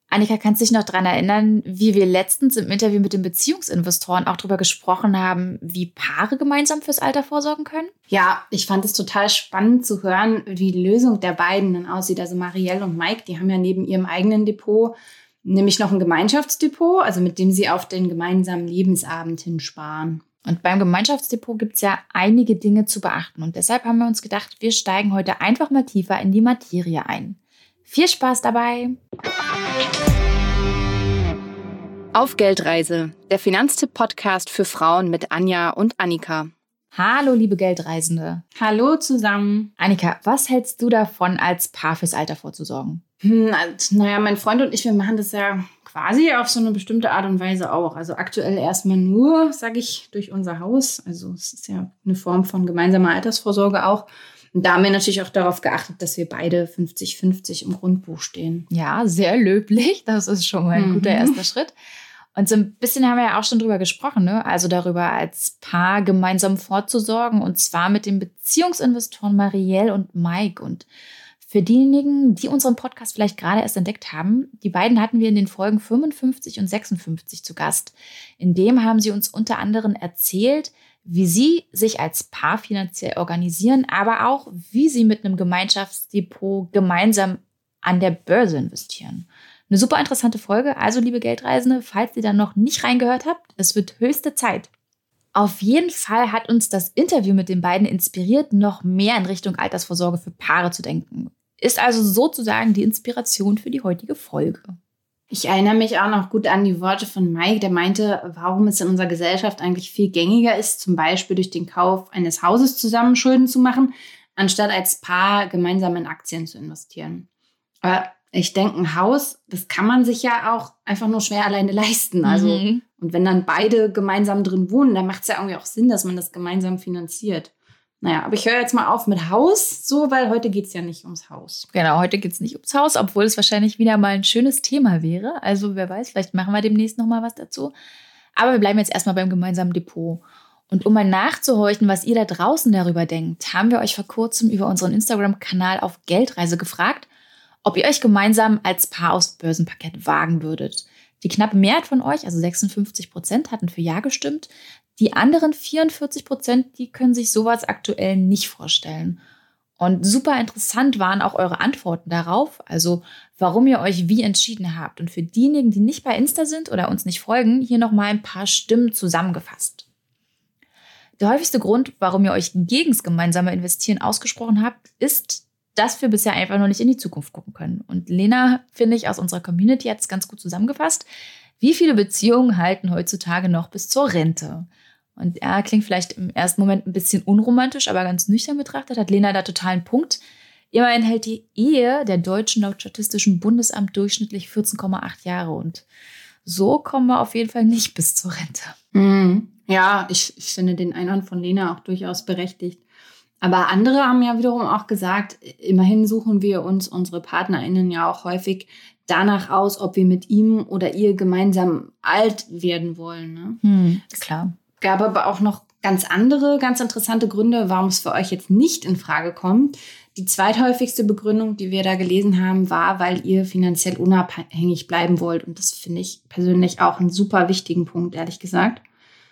Annika, kannst du dich noch daran erinnern, wie wir letztens im Interview mit den Beziehungsinvestoren auch darüber gesprochen haben, wie Paare gemeinsam fürs Alter vorsorgen können? Ja, ich fand es total spannend zu hören, wie die Lösung der beiden dann aussieht. Also Marielle und Mike, die haben ja neben ihrem eigenen Depot nämlich noch ein Gemeinschaftsdepot, also mit dem sie auf den gemeinsamen Lebensabend hinsparen. Und beim Gemeinschaftsdepot gibt es ja einige Dinge zu beachten. Und deshalb haben wir uns gedacht, wir steigen heute einfach mal tiefer in die Materie ein. Viel Spaß dabei! Auf Geldreise, der Finanztipp-Podcast für Frauen mit Anja und Annika. Hallo, liebe Geldreisende. Hallo zusammen. Annika, was hältst du davon, als Paar fürs Alter vorzusorgen? Mein Freund und ich, wir machen das ja quasi auf so eine bestimmte Art und Weise auch. Also aktuell erstmal nur, sage ich, durch unser Haus. Also es ist ja eine Form von gemeinsamer Altersvorsorge auch. Und da haben wir natürlich auch darauf geachtet, dass wir beide 50-50 im Grundbuch stehen. Ja, sehr löblich. Das ist schon mal ein guter erster Schritt. Und so ein bisschen haben wir ja auch schon drüber gesprochen, ne? Also darüber, als Paar gemeinsam vorzusorgen. Und zwar mit den Beziehungsinvestoren Marielle und Mike. Und für diejenigen, die unseren Podcast vielleicht gerade erst entdeckt haben, die beiden hatten wir in den Folgen 55 und 56 zu Gast. In dem haben sie uns unter anderem erzählt, wie sie sich als Paar finanziell organisieren, aber auch, wie sie mit einem Gemeinschaftsdepot gemeinsam an der Börse investieren. Eine super interessante Folge. Also, liebe Geldreisende, falls ihr da noch nicht reingehört habt, es wird höchste Zeit. Auf jeden Fall hat uns das Interview mit den beiden inspiriert, noch mehr in Richtung Altersvorsorge für Paare zu denken. Ist also sozusagen die Inspiration für die heutige Folge. Ich erinnere mich auch noch gut an die Worte von Mike, der meinte, warum es in unserer Gesellschaft eigentlich viel gängiger ist, zum Beispiel durch den Kauf eines Hauses zusammen Schulden zu machen, anstatt als Paar gemeinsam in Aktien zu investieren. Aber ich denke, ein Haus, das kann man sich ja auch einfach nur schwer alleine leisten. Also, und wenn dann beide gemeinsam drin wohnen, dann macht es ja irgendwie auch Sinn, dass man das gemeinsam finanziert. Naja, aber ich höre jetzt mal auf mit Haus, so, weil heute geht es ja nicht ums Haus. Genau, heute geht es nicht ums Haus, obwohl es wahrscheinlich wieder mal ein schönes Thema wäre. Also wer weiß, vielleicht machen wir demnächst noch mal was dazu. Aber wir bleiben jetzt erstmal beim gemeinsamen Depot. Und um mal nachzuhorchen, was ihr da draußen darüber denkt, haben wir euch vor kurzem über unseren Instagram-Kanal auf Geldreise gefragt, ob ihr euch gemeinsam als Paar aufs Börsenparkett wagen würdet. Die knappe Mehrheit von euch, also 56%, hatten für Ja gestimmt. Die anderen 44%, die können sich sowas aktuell nicht vorstellen. Und super interessant waren auch eure Antworten darauf, also warum ihr euch wie entschieden habt. Und für diejenigen, die nicht bei Insta sind oder uns nicht folgen, hier nochmal ein paar Stimmen zusammengefasst. Der häufigste Grund, warum ihr euch gegen das gemeinsame Investieren ausgesprochen habt, ist, dass wir bisher einfach noch nicht in die Zukunft gucken können. Und Lena, finde ich, aus unserer Community hat es ganz gut zusammengefasst. Wie viele Beziehungen halten heutzutage noch bis zur Rente? Und er klingt vielleicht im ersten Moment ein bisschen unromantisch, aber ganz nüchtern betrachtet hat Lena da totalen Punkt. Immerhin hält die Ehe der Deutschen laut Statistischem Bundesamt durchschnittlich 14,8 Jahre. Und so kommen wir auf jeden Fall nicht bis zur Rente. Ja, ich finde den Einwand von Lena auch durchaus berechtigt. Aber andere haben ja wiederum auch gesagt, immerhin suchen wir uns unsere PartnerInnen ja auch häufig danach aus, ob wir mit ihm oder ihr gemeinsam alt werden wollen. Ne? Klar. Gab aber auch noch ganz andere, ganz interessante Gründe, warum es für euch jetzt nicht in Frage kommt. Die zweithäufigste Begründung, die wir da gelesen haben, war, weil ihr finanziell unabhängig bleiben wollt. Und das finde ich persönlich auch einen super wichtigen Punkt, ehrlich gesagt.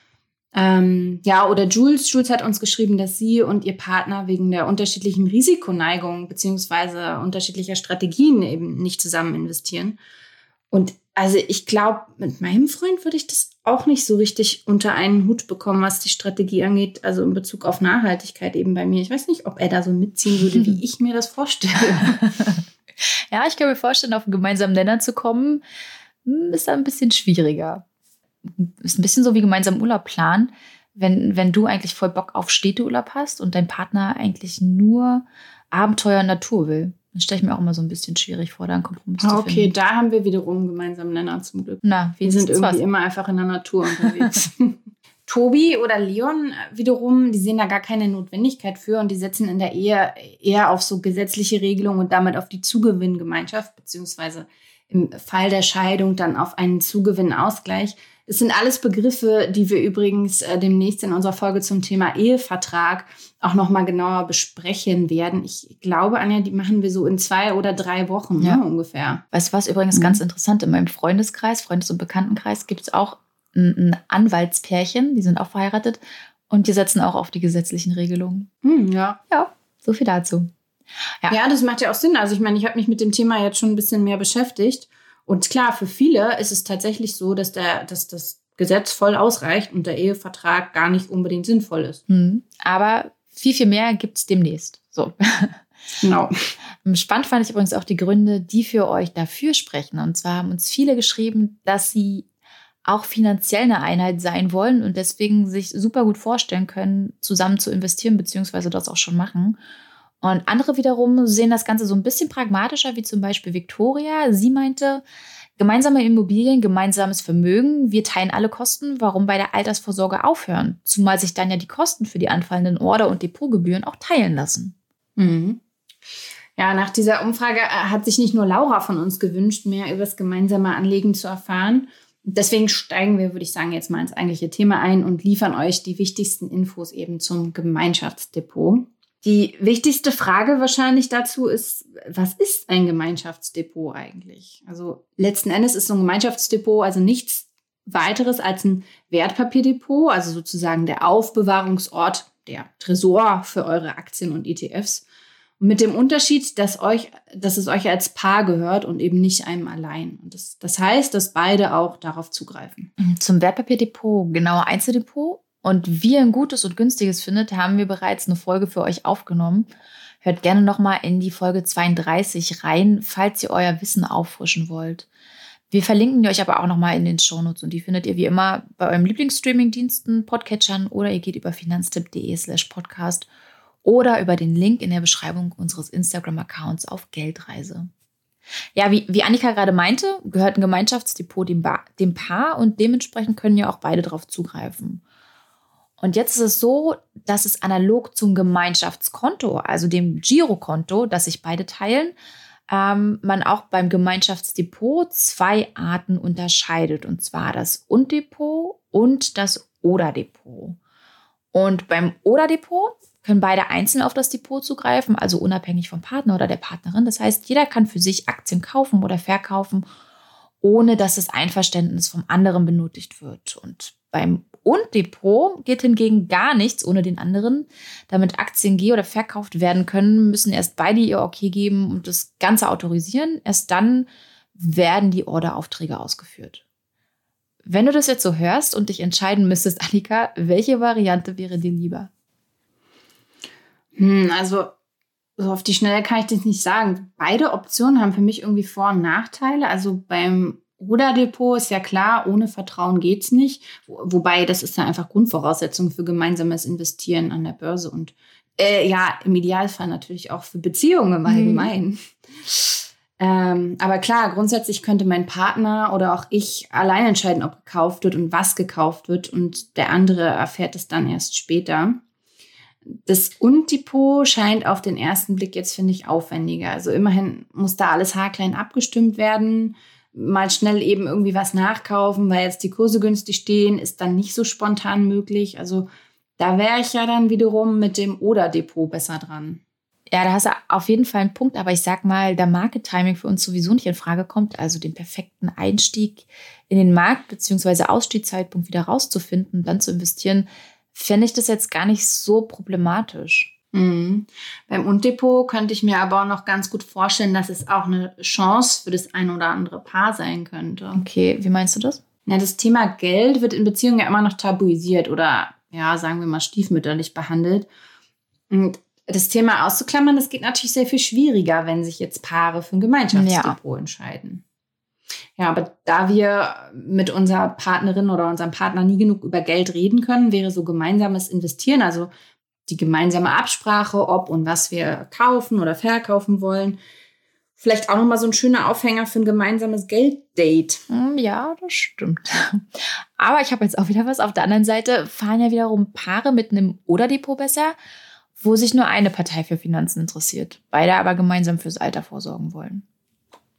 Oder Jules. Jules hat uns geschrieben, dass sie und ihr Partner wegen der unterschiedlichen Risikoneigung beziehungsweise unterschiedlicher Strategien eben nicht zusammen investieren. Und also ich glaube, mit meinem Freund würde ich das auch nicht so richtig unter einen Hut bekommen, was die Strategie angeht, also in Bezug auf Nachhaltigkeit eben bei mir. Ich weiß nicht, ob er da so mitziehen würde, wie ich mir das vorstelle. Ja, ich kann mir vorstellen, auf einen gemeinsamen Nenner zu kommen, ist da ein bisschen schwieriger. Ist ein bisschen so wie gemeinsam Urlaub planen, wenn du eigentlich voll Bock auf Städteurlaub hast und dein Partner eigentlich nur Abenteuer und Natur will. Dann stelle ich mir auch immer so ein bisschen schwierig vor, da einen Kompromiss zu finden. Okay, da haben wir wiederum einen gemeinsamen Nenner zum Glück. Wir sind irgendwie immer einfach in der Natur unterwegs. Tobi oder Leon wiederum, die sehen da gar keine Notwendigkeit für und die setzen in der Ehe eher auf so gesetzliche Regelungen und damit auf die Zugewinngemeinschaft, beziehungsweise im Fall der Scheidung dann auf einen Zugewinnausgleich. Das sind alles Begriffe, die wir übrigens demnächst in unserer Folge zum Thema Ehevertrag auch nochmal genauer besprechen werden. Ich glaube, Anja, die machen wir so in 2 oder 3 Wochen, ne, ungefähr. Weißt du was, übrigens ganz interessant, in meinem Freundes- und Bekanntenkreis gibt es auch ein Anwaltspärchen, die sind auch verheiratet und die setzen auch auf die gesetzlichen Regelungen. Ja, so viel dazu. Ja, das macht ja auch Sinn. Also ich meine, ich habe mich mit dem Thema jetzt schon ein bisschen mehr beschäftigt. Und klar, für viele ist es tatsächlich so, dass das Gesetz voll ausreicht und der Ehevertrag gar nicht unbedingt sinnvoll ist. Aber viel, viel mehr gibt es demnächst. So. Genau. Spannend fand ich übrigens auch die Gründe, die für euch dafür sprechen. Und zwar haben uns viele geschrieben, dass sie auch finanziell eine Einheit sein wollen und deswegen sich super gut vorstellen können, zusammen zu investieren, beziehungsweise das auch schon machen. Und andere wiederum sehen das Ganze so ein bisschen pragmatischer, wie zum Beispiel Victoria. Sie meinte, gemeinsame Immobilien, gemeinsames Vermögen, wir teilen alle Kosten, warum bei der Altersvorsorge aufhören? Zumal sich dann ja die Kosten für die anfallenden Order- und Depotgebühren auch teilen lassen. Ja, nach dieser Umfrage hat sich nicht nur Laura von uns gewünscht, mehr über das gemeinsame Anlegen zu erfahren. Deswegen steigen wir, würde ich sagen, jetzt mal ins eigentliche Thema ein und liefern euch die wichtigsten Infos eben zum Gemeinschaftsdepot. Die wichtigste Frage wahrscheinlich dazu ist, was ist ein Gemeinschaftsdepot eigentlich? Also letzten Endes ist so ein Gemeinschaftsdepot also nichts weiteres als ein Wertpapierdepot, also sozusagen der Aufbewahrungsort, der Tresor für eure Aktien und ETFs. Und mit dem Unterschied, dass es euch als Paar gehört und eben nicht einem allein. Und das heißt, dass beide auch darauf zugreifen. Zum Wertpapierdepot, genauer Einzeldepot. Und wie ihr ein gutes und günstiges findet, haben wir bereits eine Folge für euch aufgenommen. Hört gerne nochmal in die Folge 32 rein, falls ihr euer Wissen auffrischen wollt. Wir verlinken die euch aber auch nochmal in den Shownotes und die findet ihr wie immer bei eurem Lieblingsstreaming-Diensten, Podcatchern oder ihr geht über finanztipp.de/podcast oder über den Link in der Beschreibung unseres Instagram-Accounts auf Geldreise. Ja, wie Annika gerade meinte, gehört ein Gemeinschaftsdepot dem Paar und dementsprechend können ja auch beide darauf zugreifen. Und jetzt ist es so, dass es analog zum Gemeinschaftskonto, also dem Girokonto, das sich beide teilen, man auch beim Gemeinschaftsdepot 2 Arten unterscheidet. Und zwar das Und-Depot und das Oder-Depot. Und beim Oder-Depot können beide einzeln auf das Depot zugreifen, also unabhängig vom Partner oder der Partnerin. Das heißt, jeder kann für sich Aktien kaufen oder verkaufen, ohne dass das Einverständnis vom anderen benötigt wird. Und beim Und-Depot geht hingegen gar nichts ohne den anderen. Damit Aktien oder verkauft werden können, müssen erst beide ihr Okay geben und das Ganze autorisieren. Erst dann werden die Orderaufträge ausgeführt. Wenn du das jetzt so hörst und dich entscheiden müsstest, Annika, welche Variante wäre dir lieber? Also so auf die Schnelle kann ich das nicht sagen. Beide Optionen haben für mich irgendwie Vor- und Nachteile. Also beim Oder-Depot ist ja klar, ohne Vertrauen geht's nicht. Wobei, das ist ja einfach Grundvoraussetzung für gemeinsames Investieren an der Börse und im Idealfall natürlich auch für Beziehungen im Allgemeinen. Aber klar, grundsätzlich könnte mein Partner oder auch ich allein entscheiden, ob gekauft wird und was gekauft wird und der andere erfährt es dann erst später. Das Und-Depot scheint auf den ersten Blick jetzt, finde ich, aufwendiger. Also immerhin muss da alles haarklein abgestimmt werden. Mal schnell eben irgendwie was nachkaufen, weil jetzt die Kurse günstig stehen, ist dann nicht so spontan möglich. Also da wäre ich ja dann wiederum mit dem Oder-Depot besser dran. Ja, da hast du auf jeden Fall einen Punkt, aber ich sag mal, da Market-Timing für uns sowieso nicht in Frage kommt, also den perfekten Einstieg in den Markt bzw. Ausstiegszeitpunkt wieder rauszufinden und dann zu investieren, fände ich das jetzt gar nicht so problematisch. Beim Und-Depot könnte ich mir aber auch noch ganz gut vorstellen, dass es auch eine Chance für das ein oder andere Paar sein könnte. Okay, wie meinst du das? Ja, das Thema Geld wird in Beziehungen ja immer noch tabuisiert oder, ja, sagen wir mal, stiefmütterlich behandelt. Und das Thema auszuklammern, das geht natürlich sehr viel schwieriger, wenn sich jetzt Paare für ein Gemeinschaftsdepot entscheiden. Ja, aber da wir mit unserer Partnerin oder unserem Partner nie genug über Geld reden können, wäre so gemeinsames Investieren, also die gemeinsame Absprache, ob und was wir kaufen oder verkaufen wollen, vielleicht auch nochmal so ein schöner Aufhänger für ein gemeinsames Gelddate. Ja, das stimmt. Aber ich habe jetzt auch wieder was. Auf der anderen Seite fahren ja wiederum Paare mit einem Oder-Depot besser, wo sich nur eine Partei für Finanzen interessiert, beide aber gemeinsam fürs Alter vorsorgen wollen.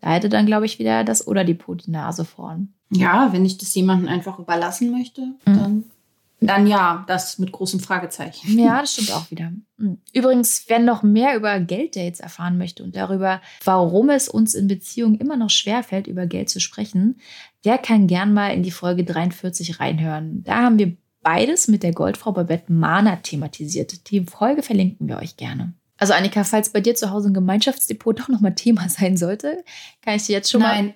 Da hätte dann, glaube ich, wieder das Oder-Depot die Nase vorn. Ja, wenn ich das jemandem einfach überlassen möchte, dann ja, das mit großem Fragezeichen. Ja, das stimmt auch wieder. Übrigens, wer noch mehr über Gelddates erfahren möchte und darüber, warum es uns in Beziehungen immer noch schwerfällt, über Geld zu sprechen, der kann gern mal in die Folge 43 reinhören. Da haben wir beides mit der Goldfrau Babette Mahner thematisiert. Die Folge verlinken wir euch gerne. Also Annika, falls bei dir zu Hause ein Gemeinschaftsdepot doch nochmal Thema sein sollte, kann ich dir jetzt schon Nein.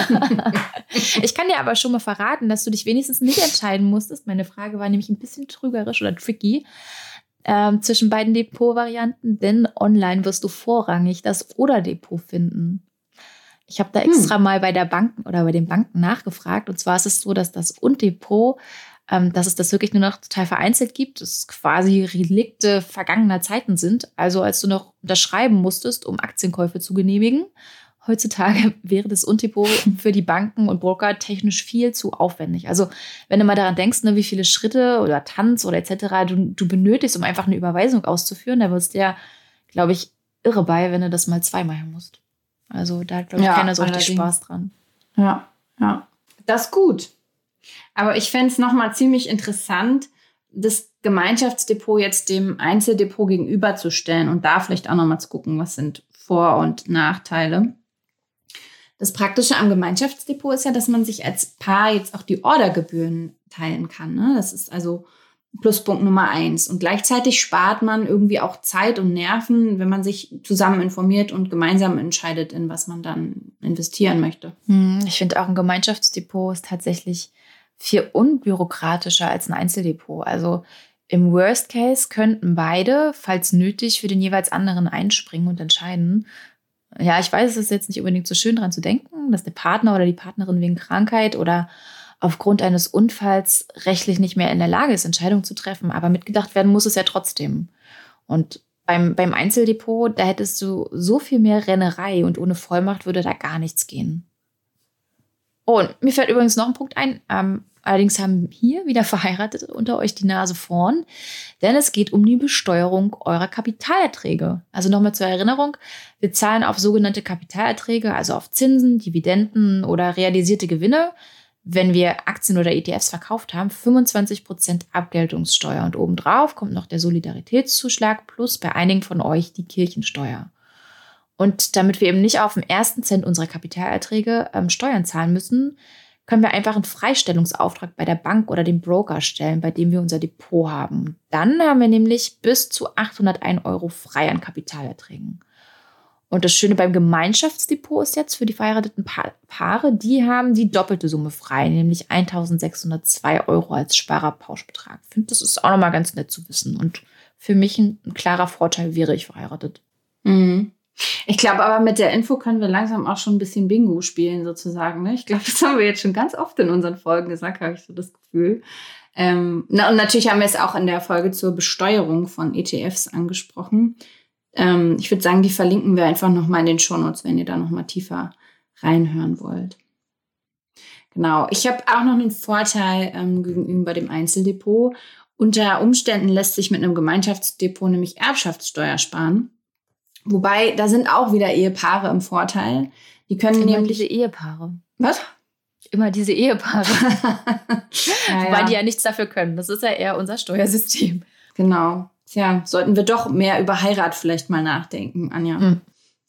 Ich kann dir aber schon mal verraten, dass du dich wenigstens nicht entscheiden musstest. Meine Frage war nämlich ein bisschen trügerisch oder tricky zwischen beiden Depotvarianten, denn online wirst du vorrangig das Oder-Depot finden. Ich habe da extra mal bei den Banken nachgefragt. Und zwar ist es so, dass das Und-Depot, dass es das wirklich nur noch total vereinzelt gibt, dass es quasi Relikte vergangener Zeiten sind. Also als du noch unterschreiben musstest, um Aktienkäufe zu genehmigen. Heutzutage wäre das Und-Depot für die Banken und Broker technisch viel zu aufwendig. Also wenn du mal daran denkst, ne, wie viele Schritte oder Tanz oder etc. du benötigst, um einfach eine Überweisung auszuführen, da wirst du ja, glaube ich, irre bei, wenn du das mal zweimal musst. Also da hat, glaube ich, keiner so richtig Spaß dran. Ja. Das ist gut. Aber ich fände es nochmal ziemlich interessant, das Gemeinschaftsdepot jetzt dem Einzeldepot gegenüberzustellen und da vielleicht auch nochmal zu gucken, was sind Vor- und Nachteile. Das Praktische am Gemeinschaftsdepot ist ja, dass man sich als Paar jetzt auch die Ordergebühren teilen kann. Ne? Das ist also Pluspunkt Nummer 1. Und gleichzeitig spart man irgendwie auch Zeit und Nerven, wenn man sich zusammen informiert und gemeinsam entscheidet, in was man dann investieren möchte. Ich finde auch ein Gemeinschaftsdepot ist tatsächlich viel unbürokratischer als ein Einzeldepot. Also im Worst Case könnten beide, falls nötig, für den jeweils anderen einspringen und entscheiden. Ja, ich weiß, es ist jetzt nicht unbedingt so schön dran zu denken, dass der Partner oder die Partnerin wegen Krankheit oder aufgrund eines Unfalls rechtlich nicht mehr in der Lage ist, Entscheidungen zu treffen. Aber mitgedacht werden muss es ja trotzdem. Und beim Einzeldepot, da hättest du so viel mehr Rennerei und ohne Vollmacht würde da gar nichts gehen. Oh, und mir fällt übrigens noch ein Punkt ein. Allerdings haben hier wieder Verheiratete unter euch die Nase vorn, denn es geht um die Besteuerung eurer Kapitalerträge. Also nochmal zur Erinnerung, wir zahlen auf sogenannte Kapitalerträge, also auf Zinsen, Dividenden oder realisierte Gewinne, wenn wir Aktien oder ETFs verkauft haben, 25% Abgeltungssteuer. Und obendrauf kommt noch der Solidaritätszuschlag plus bei einigen von euch die Kirchensteuer. Und damit wir eben nicht auf den ersten Cent unserer Kapitalerträge Steuern zahlen müssen, können wir einfach einen Freistellungsauftrag bei der Bank oder dem Broker stellen, bei dem wir unser Depot haben. Dann haben wir nämlich bis zu 801 € frei an Kapitalerträgen. Und das Schöne beim Gemeinschaftsdepot ist jetzt für die verheirateten Paare, die haben die doppelte Summe frei, nämlich 1.602 € als Sparerpauschbetrag. Ich finde, das ist auch nochmal ganz nett zu wissen. Und für mich ein klarer Vorteil, wäre ich verheiratet. Ich glaube aber, mit der Info können wir langsam auch schon ein bisschen Bingo spielen sozusagen. Ne? Ich glaube, das haben wir jetzt schon ganz oft in unseren Folgen gesagt, habe ich so das Gefühl. Und natürlich haben wir es auch in der Folge zur Besteuerung von ETFs angesprochen. Ich würde sagen, die verlinken wir einfach nochmal in den Shownotes, wenn ihr da nochmal tiefer reinhören wollt. Genau, ich habe auch noch einen Vorteil gegenüber dem Einzeldepot. Unter Umständen lässt sich mit einem Gemeinschaftsdepot nämlich Erbschaftssteuer sparen. Wobei, da sind auch wieder Ehepaare im Vorteil. Die können immer nämlich... diese Ehepaare. Was? Immer diese Ehepaare. Ja, Wobei die ja nichts dafür können. Das ist ja eher unser Steuersystem. Genau. Tja, sollten wir doch mehr über Heirat vielleicht mal nachdenken, Anja.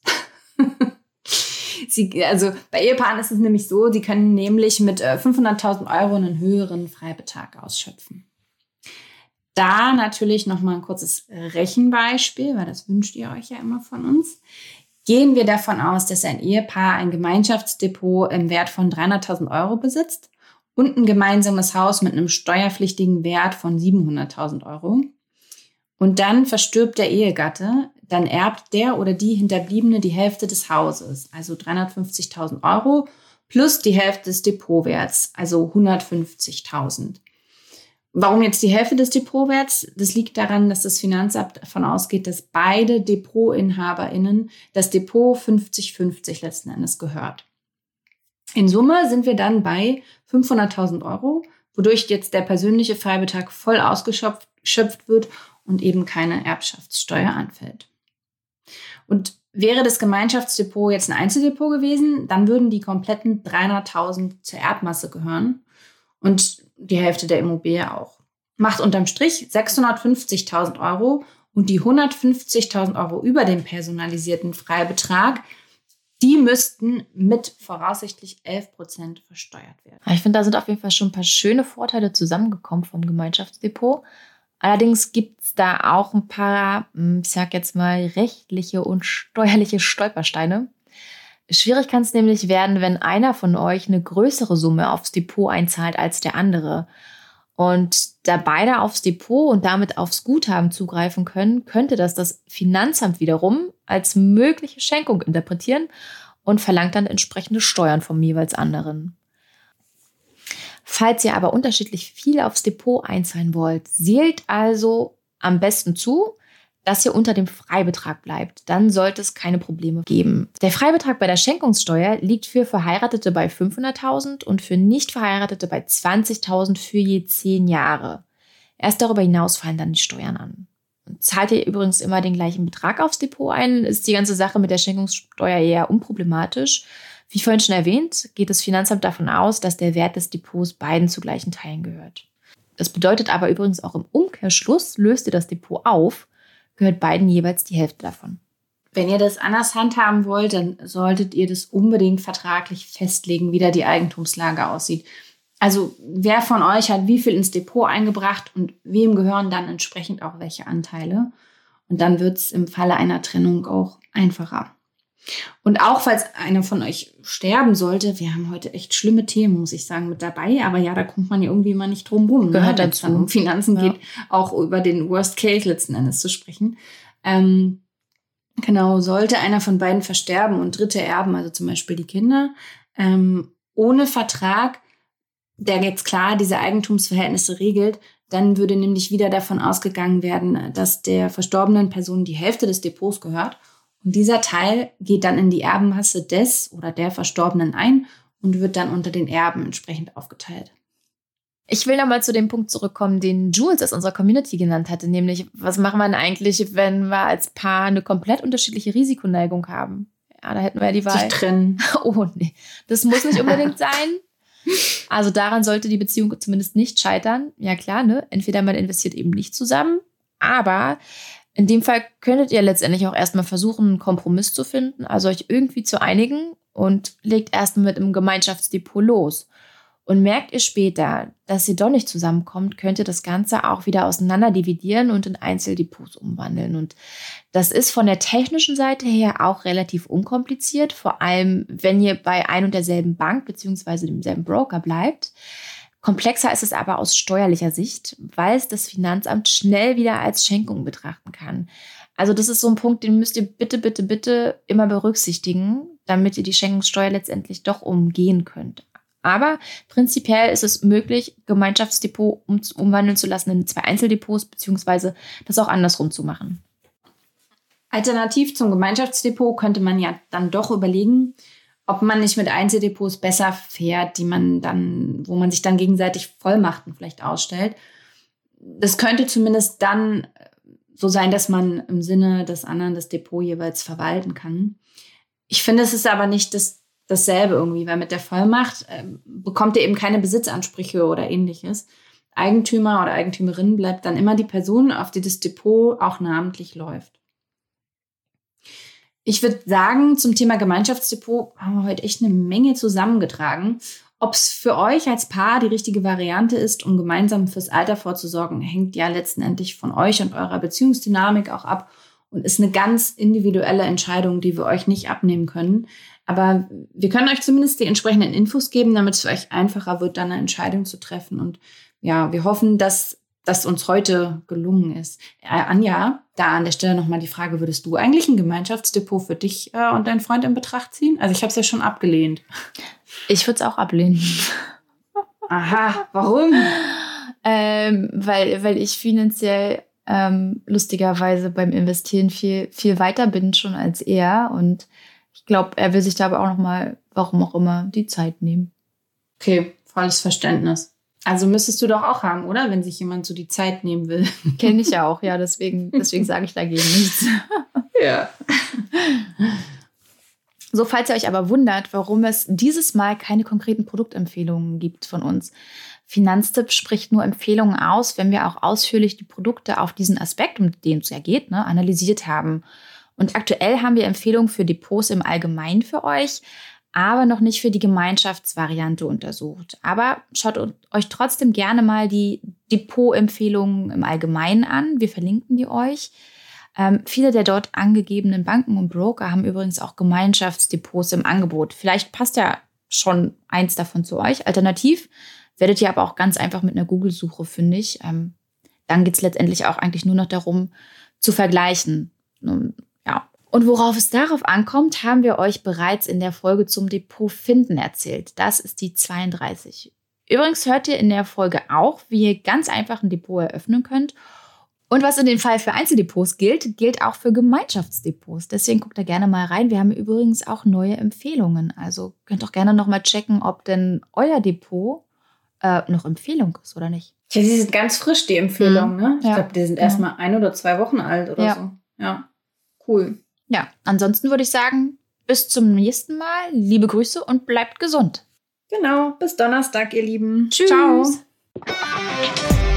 Also bei Ehepaaren ist es nämlich so, die können nämlich mit 500.000 € einen höheren Freibetrag ausschöpfen. Da natürlich nochmal ein kurzes Rechenbeispiel, weil das wünscht ihr euch ja immer von uns. Gehen wir davon aus, dass ein Ehepaar ein Gemeinschaftsdepot im Wert von 300.000 € besitzt und ein gemeinsames Haus mit einem steuerpflichtigen Wert von 700.000 €. Und dann verstirbt der Ehegatte, dann erbt der oder die Hinterbliebene die Hälfte des Hauses, also 350.000 € plus die Hälfte des Depotwerts, also 150.000. Warum jetzt die Hälfte des Depotwerts? Das liegt daran, dass das Finanzamt davon ausgeht, dass beide DepotinhaberInnen das Depot 50-50 letzten Endes gehört. In Summe sind wir dann bei 500.000 €, wodurch jetzt der persönliche Freibetrag voll ausgeschöpft wird und eben keine Erbschaftssteuer anfällt. Und wäre das Gemeinschaftsdepot jetzt ein Einzeldepot gewesen, dann würden die kompletten 300.000 zur Erbmasse gehören und die Hälfte der Immobilie auch. Macht unterm Strich 650.000 Euro und die 150.000 Euro über dem personalisierten Freibetrag, die müssten mit voraussichtlich 11% versteuert werden. Ich finde, da sind auf jeden Fall schon ein paar schöne Vorteile zusammengekommen vom Gemeinschaftsdepot. Allerdings gibt es da auch ein paar, ich sag jetzt mal, rechtliche und steuerliche Stolpersteine. Schwierig kann es nämlich werden, wenn einer von euch eine größere Summe aufs Depot einzahlt als der andere. Und da beide aufs Depot und damit aufs Guthaben zugreifen können, könnte das Finanzamt wiederum als mögliche Schenkung interpretieren und verlangt dann entsprechende Steuern vom jeweils anderen. Falls ihr aber unterschiedlich viel aufs Depot einzahlen wollt, wählt also am besten zu, dass ihr unter dem Freibetrag bleibt. Dann sollte es keine Probleme geben. Der Freibetrag bei der Schenkungssteuer liegt für Verheiratete bei 500.000 und für Nicht-Verheiratete bei 20.000 für je 10 Jahre. Erst darüber hinaus fallen dann die Steuern an. Und zahlt ihr übrigens immer den gleichen Betrag aufs Depot ein, ist die ganze Sache mit der Schenkungssteuer eher unproblematisch. Wie vorhin schon erwähnt, geht das Finanzamt davon aus, dass der Wert des Depots beiden zu gleichen Teilen gehört. Das bedeutet aber übrigens auch im Umkehrschluss, löst ihr das Depot auf, gehört beiden jeweils die Hälfte davon. Wenn ihr das anders handhaben wollt, dann solltet ihr das unbedingt vertraglich festlegen, wie da die Eigentumslage aussieht. Also wer von euch hat wie viel ins Depot eingebracht und wem gehören dann entsprechend auch welche Anteile. Und dann wird es im Falle einer Trennung auch einfacher. Und auch falls einer von euch sterben sollte, wir haben heute echt schlimme Themen, muss ich sagen, mit dabei. Aber ja, da kommt man ja irgendwie immer nicht drum rum. Gehört wenn es dann um Finanzen geht, auch über den Worst Case letzten Endes zu sprechen. Genau, sollte einer von beiden versterben und Dritte erben, also zum Beispiel die Kinder, ohne Vertrag, der jetzt klar diese Eigentumsverhältnisse regelt, dann würde nämlich wieder davon ausgegangen werden, dass der verstorbenen Person die Hälfte des Depots gehört. Und dieser Teil geht dann in die Erbenmasse des oder der Verstorbenen ein und wird dann unter den Erben entsprechend aufgeteilt. Ich will nochmal zu dem Punkt zurückkommen, den Jules aus unserer Community genannt hatte, nämlich, was macht man eigentlich, wenn wir als Paar eine komplett unterschiedliche Risikoneigung haben? Ja, da hätten wir ja die Wahl. Sich trennen. Oh nee, das muss nicht unbedingt sein. Also daran sollte die Beziehung zumindest nicht scheitern. Ja klar, ne? Entweder man investiert eben nicht zusammen, aber in dem Fall könntet ihr letztendlich auch erstmal versuchen, einen Kompromiss zu finden, also euch irgendwie zu einigen und legt erstmal mit einem Gemeinschaftsdepot los. Und merkt ihr später, dass ihr doch nicht zusammenkommt, könnt ihr das Ganze auch wieder auseinander dividieren und in Einzeldepots umwandeln. Und das ist von der technischen Seite her auch relativ unkompliziert, vor allem wenn ihr bei ein und derselben Bank bzw. demselben Broker bleibt. Komplexer ist es aber aus steuerlicher Sicht, weil es das Finanzamt schnell wieder als Schenkung betrachten kann. Also das ist so ein Punkt, den müsst ihr bitte immer berücksichtigen, damit ihr die Schenkungssteuer letztendlich doch umgehen könnt. Aber prinzipiell ist es möglich, Gemeinschaftsdepot umwandeln zu lassen in 2 Einzeldepots, beziehungsweise das auch andersrum zu machen. Alternativ zum Gemeinschaftsdepot könnte man ja dann doch überlegen, ob man nicht mit Einzeldepots besser fährt, wo man sich dann gegenseitig Vollmachten vielleicht ausstellt. Das könnte zumindest dann so sein, dass man im Sinne des anderen das Depot jeweils verwalten kann. Ich finde, es ist aber nicht dasselbe irgendwie, weil mit der Vollmacht bekommt ihr eben keine Besitzansprüche oder ähnliches. Eigentümer oder Eigentümerin bleibt dann immer die Person, auf die das Depot auch namentlich läuft. Ich würde sagen, zum Thema Gemeinschaftsdepot haben wir heute echt eine Menge zusammengetragen. Ob es für euch als Paar die richtige Variante ist, um gemeinsam fürs Alter vorzusorgen, hängt ja letztendlich von euch und eurer Beziehungsdynamik auch ab und ist eine ganz individuelle Entscheidung, die wir euch nicht abnehmen können. Aber wir können euch zumindest die entsprechenden Infos geben, damit es für euch einfacher wird, dann eine Entscheidung zu treffen. Und ja, wir hoffen, dass das uns heute gelungen ist. Anja, da an der Stelle nochmal die Frage, würdest du eigentlich ein Gemeinschaftsdepot für dich und deinen Freund in Betracht ziehen? Also ich habe es ja schon abgelehnt. Ich würde es auch ablehnen. Aha, warum? Weil ich finanziell lustigerweise beim Investieren viel, viel weiter bin schon als er. Und ich glaube, er will sich da aber auch nochmal, warum auch immer, die Zeit nehmen. Okay, volles Verständnis. Also müsstest du doch auch haben, oder? Wenn sich jemand so die Zeit nehmen will. Kenne ich ja auch, ja. Deswegen sage ich dagegen nichts. Ja. So, falls ihr euch aber wundert, warum es dieses Mal keine konkreten Produktempfehlungen gibt von uns. Finanztipp spricht nur Empfehlungen aus, wenn wir auch ausführlich die Produkte auf diesen Aspekt, um den es ja geht, analysiert haben. Und aktuell haben wir Empfehlungen für Depots im Allgemeinen für euch, aber noch nicht für die Gemeinschaftsvariante untersucht. Aber schaut euch trotzdem gerne mal die Depot-Empfehlungen im Allgemeinen an. Wir verlinken die euch. Viele der dort angegebenen Banken und Broker haben übrigens auch Gemeinschaftsdepots im Angebot. Vielleicht passt ja schon eins davon zu euch. Alternativ werdet ihr aber auch ganz einfach mit einer Google-Suche fündig. Dann geht es letztendlich auch eigentlich nur noch darum, zu vergleichen. Ja. Und worauf es darauf ankommt, haben wir euch bereits in der Folge zum Depot finden erzählt. Das ist die 32. Übrigens hört ihr in der Folge auch, wie ihr ganz einfach ein Depot eröffnen könnt. Und was in dem Fall für Einzeldepots gilt auch für Gemeinschaftsdepots. Deswegen guckt da gerne mal rein. Wir haben übrigens auch neue Empfehlungen. Also könnt auch gerne noch mal checken, ob denn euer Depot noch Empfehlung ist oder nicht. Ja, die sind ganz frisch, die Empfehlungen. Ne? Ich Ja. glaube, die sind erst mal 1 oder 2 Wochen alt oder so. Ja, cool. Ja, ansonsten würde ich sagen, bis zum nächsten Mal. Liebe Grüße und bleibt gesund. Genau, bis Donnerstag, ihr Lieben. Tschüss. Ciao.